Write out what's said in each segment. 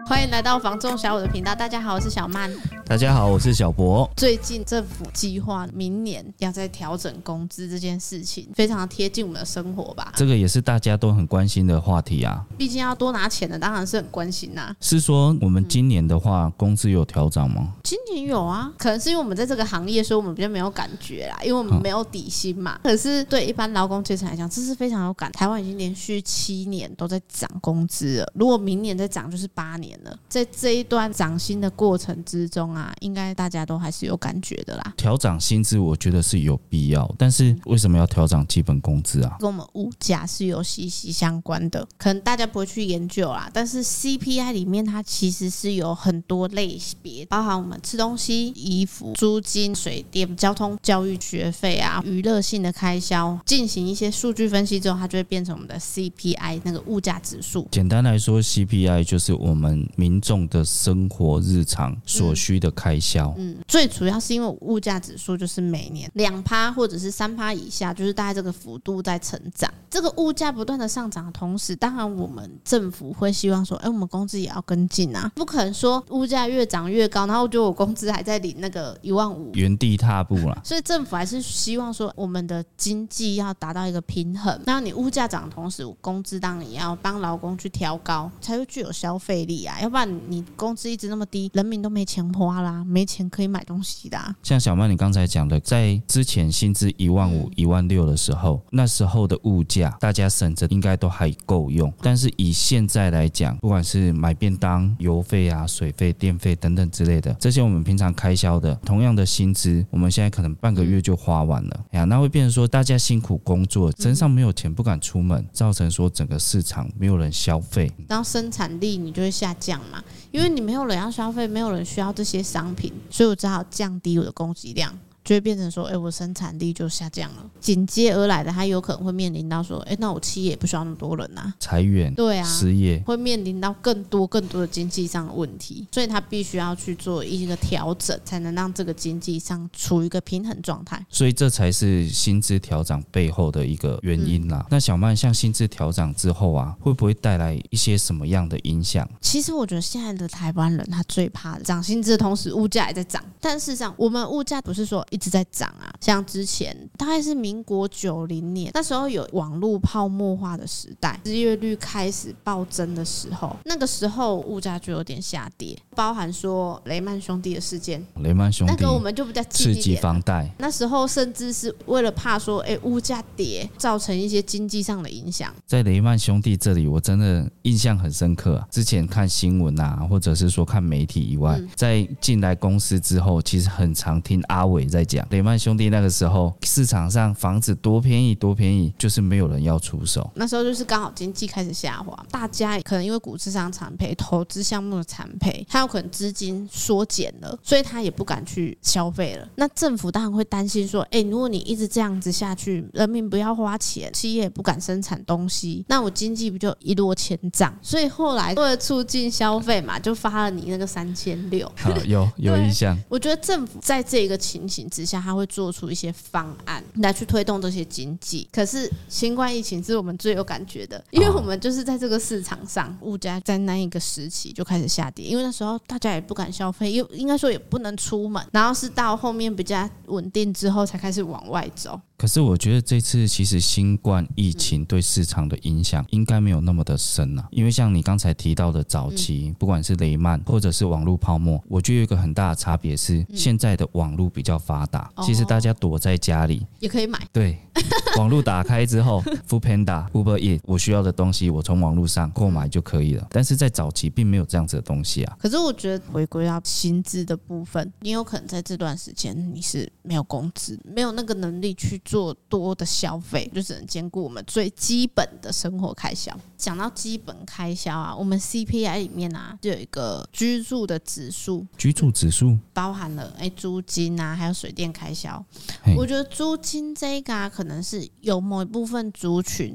欢迎来到房仲小五的频道。大家好，我是小曼。 大家好，我是小博。 最近政府计划明年要再调整工资这件事情，非常贴近我们的生活吧。 这个也是大家都很关心的话题啊。 毕竟要多拿钱的，当然是很关心啊。 是说我们今年的话，工资有调涨吗？ 今年有啊，可能是因为我们在这个行业，所以我们比较没有感觉啦，因为我们没有底薪嘛。可是对一般劳工阶层来讲，这是非常有感。台湾已经连续7年都在涨工资了，如果明年再涨，就是8年了。在这一段涨薪的过程之中啊，应该大家都还是有感觉的啦。 调涨薪资，我觉得是有必要，但是为什么要调涨基本工资啊？ 跟我们物价是有息息相关的，可能大家不会去研究啦。但是 CPI 里面它其实是有很多类别，包含我们吃东西、衣服、租金、水电、交通、教育、学费啊、娱乐性的开销，进行一些数据分析之后，它就会变成我们的 CPI 那个物价指数。 简单来说 ，CPI 就是我们民众的生活日常所需的开销。 最主要是因为物价指数就是每年2%或者是3%以下，就是大概这个幅度在成长。这个物价不断的上涨的同时，当然我们政府会希望说，我们工资也要跟进啊，不可能说物价越涨越高，然后就我工资还在领那个15000， 原地踏步啦。 所以政府还是希望说，我们的经济要达到一个平衡。那你物价涨的同时，工资当然也要帮劳工去调高，才会具有消费力啊。要不然你工资一直那么低，人民都没钱花啦，没钱可以买东西的啊。 像小曼你刚才讲的，在之前薪资15000、16000的时候，那时候的物价大家省着应该都还够用，但是以现在来讲，不管是买便当、油费啊、水费、电费等等之类的，这些我们平常开销的，同样的薪资，我们现在可能半个月就花完了。那会变成说大家辛苦工作，身上没有钱不敢出门，造成说整个市场没有人消费， 然后生产力你就会下降嘛，因为你没有人要消费，没有人需要这些商品，所以我只好降低我的供给量，就会变成说，我生产力就下降了。紧接而来的，它有可能会面临到说，那我企业也不需要那么多人啊， 裁员， 对啊， 失业， 会面临到更多的经济上的问题，所以它必须要去做一个调整，才能让这个经济上处于一个平衡状态。 所以这才是薪资调涨背后的一个原因啦。那小曼，像薪资调涨之后啊，会不会带来一些什么样的影响？ 其实我觉得现在的台湾人他最怕的涨薪资的同时物价也在涨，但事实上我们物价不是说一直在涨啊，像之前大概是民国90年，那时候有网络泡沫化的时代，失业率开始暴增的时候，那个时候物价就有点下跌，包含说雷曼兄弟的事件， 雷曼兄弟那个我们就比较近一点， 刺激房贷， 那时候甚至是为了怕说物价跌造成一些经济上的影响。 在雷曼兄弟这里我真的印象很深刻啊，之前看新闻啊，或者是说看媒体以外，在进来公司之后，其实很常听阿伟在讲雷曼兄弟那个时候市场上房子多便宜多便宜，就是没有人要出手。 那时候就是刚好经济开始下滑，大家可能因为股市上惨赔，投资项目的惨赔，他有可能资金缩减了，所以他也不敢去消费了。那政府当然会担心说，如果你一直这样子下去，人民不要花钱，企业也不敢生产东西，那我经济不就一落千丈？所以后来为了促进消费嘛，就发了你那个3600。 有印象。 我觉得政府在这个情形之下，他会做出一些方案来去推动这些经济。可是新冠疫情是我们最有感觉的，因为我们就是在这个市场上，物价在那一个时期就开始下跌，因为那时候大家也不敢消费，应该说也不能出门，然后是到后面比较稳定之后才开始往外走。 可是我觉得这次其实新冠疫情对市场的影响应该没有那么的深啊，因为像你刚才提到的早期，不管是雷曼或者是网络泡沫，我觉得有一个很大的差别是，现在的网络比较发达，其实大家躲在家里也可以买， 对，网络打开之后Foodpanda、Uber Eats， 我需要的东西我从网络上购买就可以了。但是在早期并没有这样子的东西啊。 可是我觉得回归到薪资的部分，你有可能在这段时间你是没有工资，没有那个能力去做多的消费，就只能兼顾我们最基本的生活开销。讲到基本开销啊，我们 CPI 里面啊就有一个居住的指数， 居住指数包含了租金啊，还有水电开销。我觉得租金这个啊，可能是有某一部分族群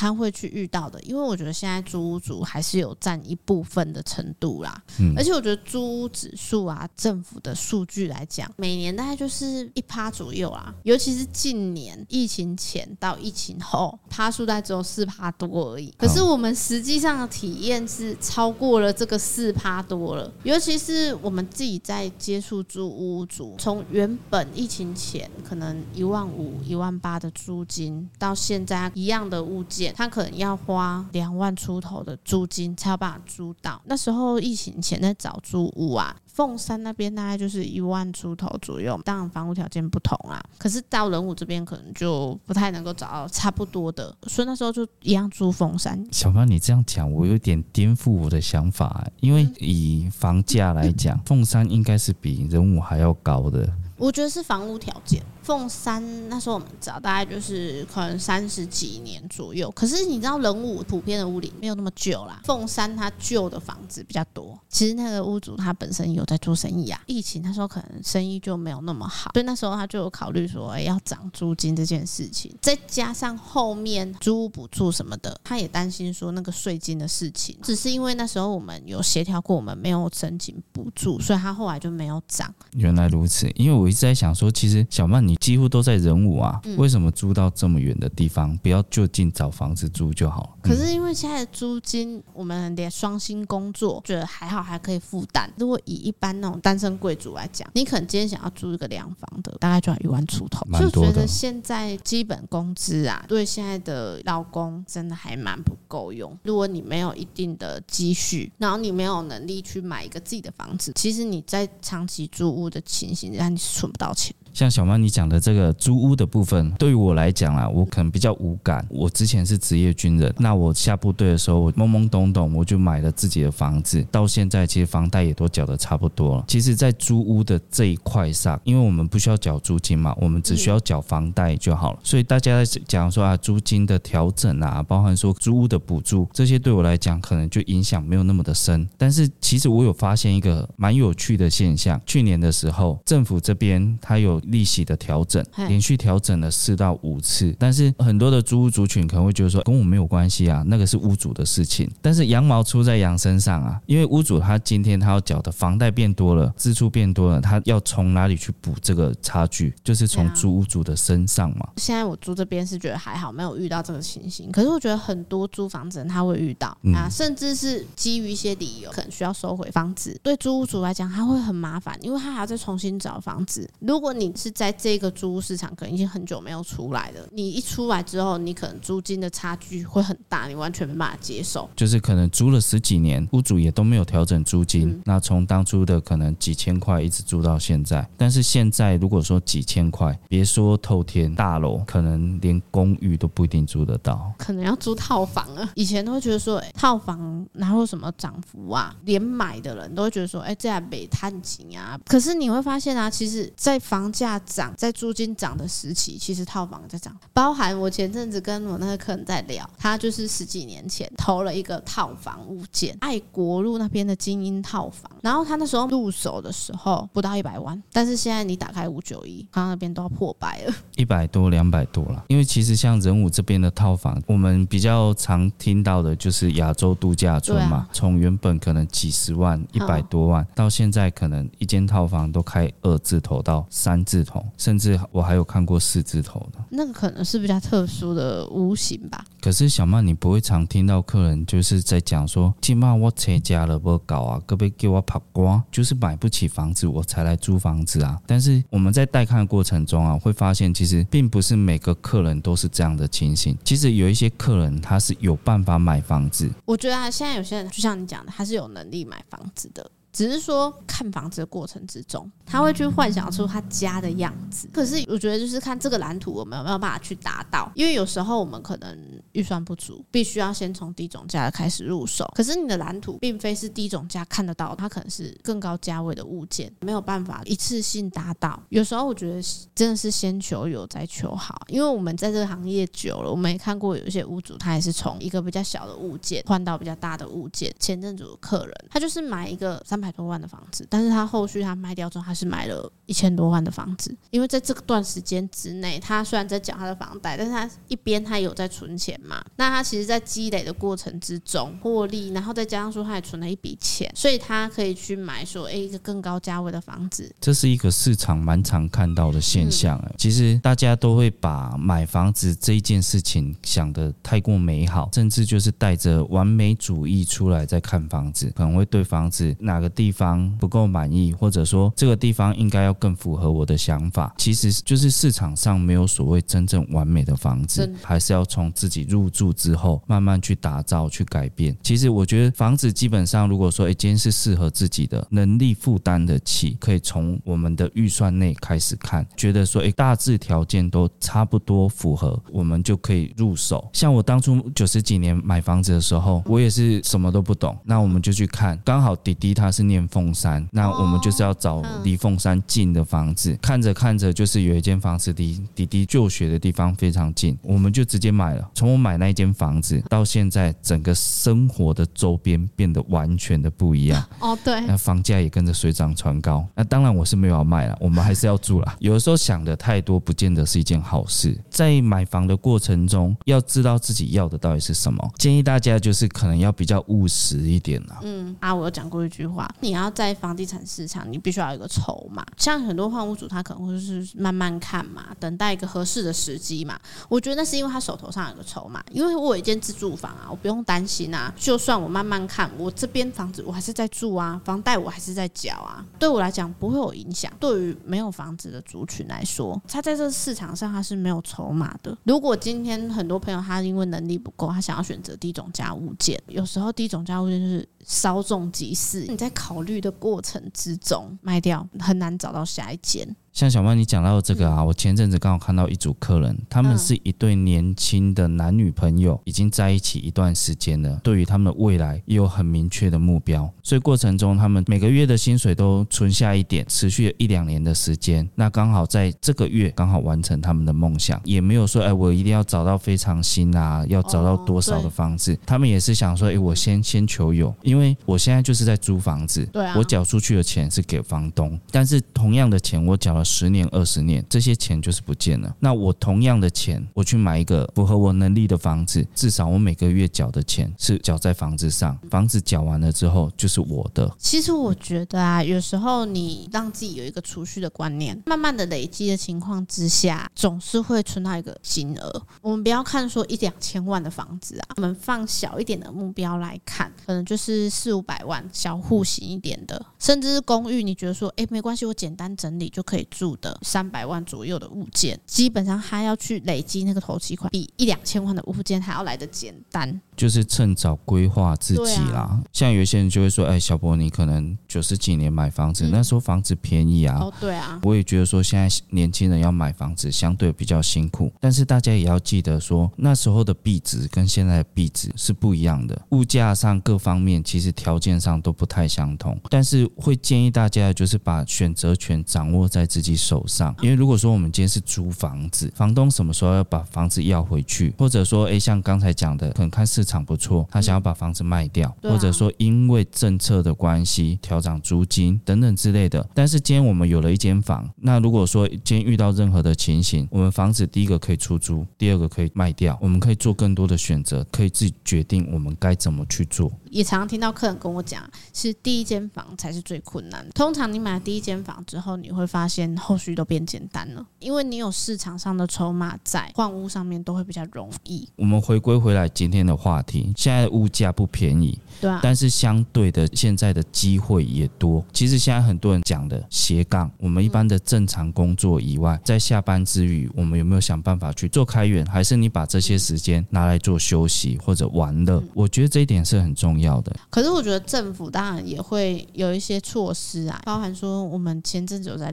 他会去遇到的，因为我觉得现在租屋族还是有占一部分的程度啦，而且我觉得租屋指数啊，政府的数据来讲，每年大概就是1%左右啦，尤其是近年疫情前到疫情后，趴数大概只有4%多而已。可是我们实际上的体验是超过了这个4%多了，尤其是我们自己在接触租屋族，从原本疫情前可能15000、18000的租金，到现在一样的物件，他可能要花2万出头的租金才有办法租到。那时候疫情前在找租屋啊，凤山那边大概就是1万出头左右，当然房屋条件不同啦，可是到仁武这边可能就不太能够找到差不多的，所以那时候就一样租凤山。 小芳，你这样讲我有点颠覆我的想法，因为以房价来讲，凤山应该是比仁武还要高的。 我觉得是房屋条件，凤山那时候我们找大概就是可能30几年左右，可是你知道仁武普遍的屋龄没有那么旧啦，凤山它旧的房子比较多。其实那个屋主他本身有在做生意啊，疫情那时候可能生意就没有那么好，所以那时候他就有考虑说，要涨租金这件事情，再加上后面租屋补助什么的，他也担心说那个税金的事情，只是因为那时候我们有协调过，我们没有申请补助，所以他后来就没有涨。 原来如此，因为我一直在想说，其实小曼你几乎都在仁武啊，为什么租到这么远的地方？不要就近找房子租就好了。 可是因为现在的租金，我们连双薪工作觉得还好，还可以负担。如果以一般那种单身贵族来讲，你可能今天想要租一个2房的，大概就要1万出头。就觉得现在基本工资啊，对现在的劳工真的还蛮不够用。如果你没有一定的积蓄，然后你没有能力去买一个自己的房子，其实你在长期租屋的情形下，你是存不到钱。 像小曼你讲的这个租屋的部分，对于我来讲啦，我可能比较无感。我之前是职业军人，那我下部队的时候，我懵懵懂懂我就买了自己的房子，到现在其实房贷也都缴得差不多了。其实在租屋的这一块上，因为我们不需要缴租金嘛，我们只需要缴房贷就好了，所以大家在讲说啊，租金的调整啊，包含说租屋的补助，这些对我来讲可能就影响没有那么的深。但是其实我有发现一个蛮有趣的现象，去年的时候政府这边它有利息的调整，连续调整了4到5次，但是很多的租屋族群可能会觉得说跟我没有关系啊，那个是屋主的事情。但是羊毛出在羊身上啊，因为屋主他今天他要缴的房贷变多了，支出变多了，他要从哪里去补这个差距？就是从租屋主的身上嘛。现在我租这边是觉得还好，没有遇到这个情形，可是我觉得很多租房子人他会遇到啊，甚至是基于一些理由，可能需要收回房子。对租屋主来讲，他会很麻烦，因为他还要再重新找房子。如果你是在这个租屋市场可能已经很久没有出来了，你一出来之后，你可能租金的差距会很大，你完全没办法接受。 就是可能租了10几年，屋主也都没有调整租金，那从当初的可能几千块一直租到现在。但是现在如果说几千块，别说透天大楼，可能连公寓都不一定租得到， 可能要租套房了。以前都会觉得说，套房哪有什么涨幅啊？连买的人都会觉得说，这样没探紧啊。可是你会发现啊，其实在房价涨，在租金涨的时期，其实套房在涨。包含我前阵子跟我那个客人在聊，他就是10几年前投了一个套房物件，爱国路那边的精英套房，然后他那时候入手的时候不到100万，但是现在你打开591，刚刚那边都要破100了 ，100多200多了。因为其实像仁武这边的套房，我们比较常听到的就是亚洲度假村嘛，从原本可能几十万100多万，到现在可能一间套房都开2字头到3字头，甚至我还有看过4字头的。 那个可能是比较特殊的屋型吧。 可是小曼，你不会常听到客人就是在讲说，现在我车家了不搞啊，可不可以给我拍光？就是买不起房子我才来租房子啊。但是我们在带看的过程中啊，会发现其实并不是每个客人都是这样的情形。其实有一些客人他是有办法买房子。 我觉得现在有些人就像你讲的，他是有能力买房子的。只是说看房子的过程之中，他会去幻想出他家的样子。可是我觉得就是看这个蓝图我们有没有办法去达到，因为有时候我们可能预算不足，必须要先从低总价开始入手。可是你的蓝图并非是低总价看得到，它可能是更高价位的物件，没有办法一次性达到。有时候我觉得真的是先求有再求好，因为我们在这个行业久了，我们也看过有一些屋主他也是从一个比较小的物件换到比较大的物件。前阵子有客人他就是买一个300 300多万的房子，但是他后续他卖掉之后，他是买了1000多万的房子。因为在这段时间之内，他虽然在缴他的房贷，但是他一边他有在存钱嘛，那他其实在积累的过程之中获利，然后再加上说他也存了一笔钱，所以他可以去买说一个更高价位的房子。 这是一个市场蛮常看到的现象。其实大家都会把买房子这一件事情想得太过美好，甚至就是带着完美主义出来在看房子，可能会对房子哪个地方不够满意，或者说这个地方应该要更符合我的想法。其实就是市场上没有所谓真正完美的房子，还是要从自己入住之后慢慢去打造去改变。其实我觉得房子基本上如果说今天是适合自己的，能力负担得起，可以从我们的预算内开始看，觉得说大致条件都差不多符合，我们就可以入手。像我当初90几年买房子的时候，我也是什么都不懂，那我们就去看，刚好弟弟他是念凤山，那我们就是要找离凤山近的房子，看着看着就是有一间房子离弟弟就学的地方非常近，我们就直接买了。从我买那一间房子到现在，整个生活的周边变得完全的不一样。 对， 那房价也跟着水涨船高。那当然我是没有要卖了，我们还是要住啦。有的时候想的太多不见得是一件好事，在买房的过程中要知道自己要的到底是什么，建议大家就是可能要比较务实一点啦。 我有讲过一句话，你要在房地产市场你必须要有一个筹码，像很多换屋主他可能会是慢慢看嘛，等待一个合适的时机嘛。我觉得那是因为他手头上有个筹码，因为我有一间自住房啊，我不用担心啊，就算我慢慢看，我这边房子我还是在住啊，房贷我还是在缴啊，对我来讲不会有影响。对于没有房子的族群来说，他在这个市场上他是没有筹码的。如果今天很多朋友他因为能力不够，他想要选择低总价物件，有时候低总价物件就是稍纵即逝，你在考虑的过程之中卖掉，很难找到下一间。 像小曼你讲到这个啊，我前阵子刚好看到一组客人，他们是一对年轻的男女朋友，已经在一起一段时间了，对于他们的未来也有很明确的目标，所以过程中他们每个月的薪水都存下一点，持续了1-2年的时间，那刚好在这个月刚好完成他们的梦想，也没有说我一定要找到非常新啊，要找到多少的房子，他们也是想说我先求有，因为我现在就是在租房子，我缴出去的钱是给房东，但是同样的钱我缴了10年20年，这些钱就是不见了。那我同样的钱我去买一个符合我能力的房子，至少我每个月缴的钱是缴在房子上，房子缴完了之后就是我的。其实我觉得啊，有时候你让自己有一个储蓄的观念，慢慢的累积的情况之下，总是会存到一个金额。我们不要看说1-2千万的房子啊，我们放小一点的目标来看，可能就是400-500万小户型一点的，甚至是公寓，你觉得说没关系，我简单整理就可以住的300万左右的物件，基本上他要去累积那个头期款，比1-2千万的物件还要来得简单， 就是趁早规划自己啦。像有些人就会说小博你可能90几年买房子，那时候房子便宜啊。 对啊， 我也觉得说现在年轻人要买房子相对比较辛苦，但是大家也要记得说那时候的币值跟现在的币值是不一样的，物价上各方面其实条件上都不太相同，但是会建议大家就是把选择权掌握在自己手上。因为如果说我们今天是租房子，房东什么时候要把房子要回去，或者说像刚才讲的可能看市场不错，他想要把房子卖掉，或者说因为政策的关系调涨租金等等之类的，但是今天我们有了一间房，那如果说今天遇到任何的情形，我们房子第一个可以出租，第二个可以卖掉，我们可以做更多的选择，可以自己决定我们该怎么去做。 也常常听到客人跟我讲，是第一间房才是最困难的。通常你买了第一间房之后，你会发现后续都变简单了，因为你有市场上的筹码在，换屋上面都会比较容易。 我们回归回来今天的话题，现在的物价不便宜， 对啊， 但是相对的现在的机会也多。其实现在很多人讲的斜杠，我们一般的正常工作以外，在下班之余，我们有没有想办法去做开源，还是你把这些时间拿来做休息或者玩乐？我觉得这一点是很重要的。 可是我觉得政府当然也会有一些措施啊，包含说我们前阵子有在聊到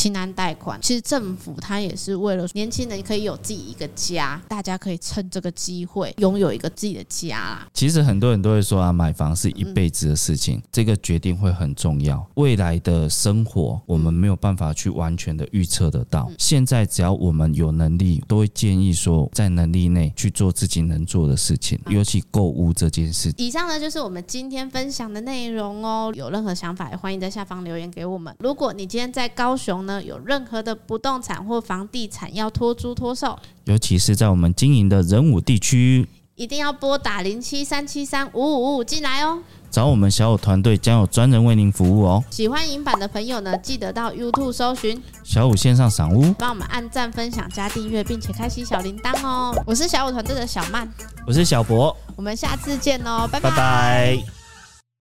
青安贷款，其实政府它也是为了年轻人可以有自己一个家，大家可以趁这个机会拥有一个自己的家啦。 其实很多人都会说啊，买房是一辈子的事情，这个决定会很重要。未来的生活我们没有办法去完全的预测得到，现在只要我们有能力，都会建议说在能力内去做自己能做的事情，尤其购物这件事。 以上呢就是我们今天分享的内容哦，有任何想法也欢迎在下方留言给我们。如果你今天在高雄呢有任何的不动产或房地产要托租托售， 尤其是在我们经营的仁武地区， 一定要拨打0737355555进来哦。 找我们小武团队，将有专人为您服务哦。 喜欢影版的朋友呢，记得到 YouTube 搜寻小武线上赏屋， 帮我们按赞、分享、加订阅，并且开启小铃铛哦。我是小武团队的小曼， 我是小博， 我们下次见哦，拜拜拜。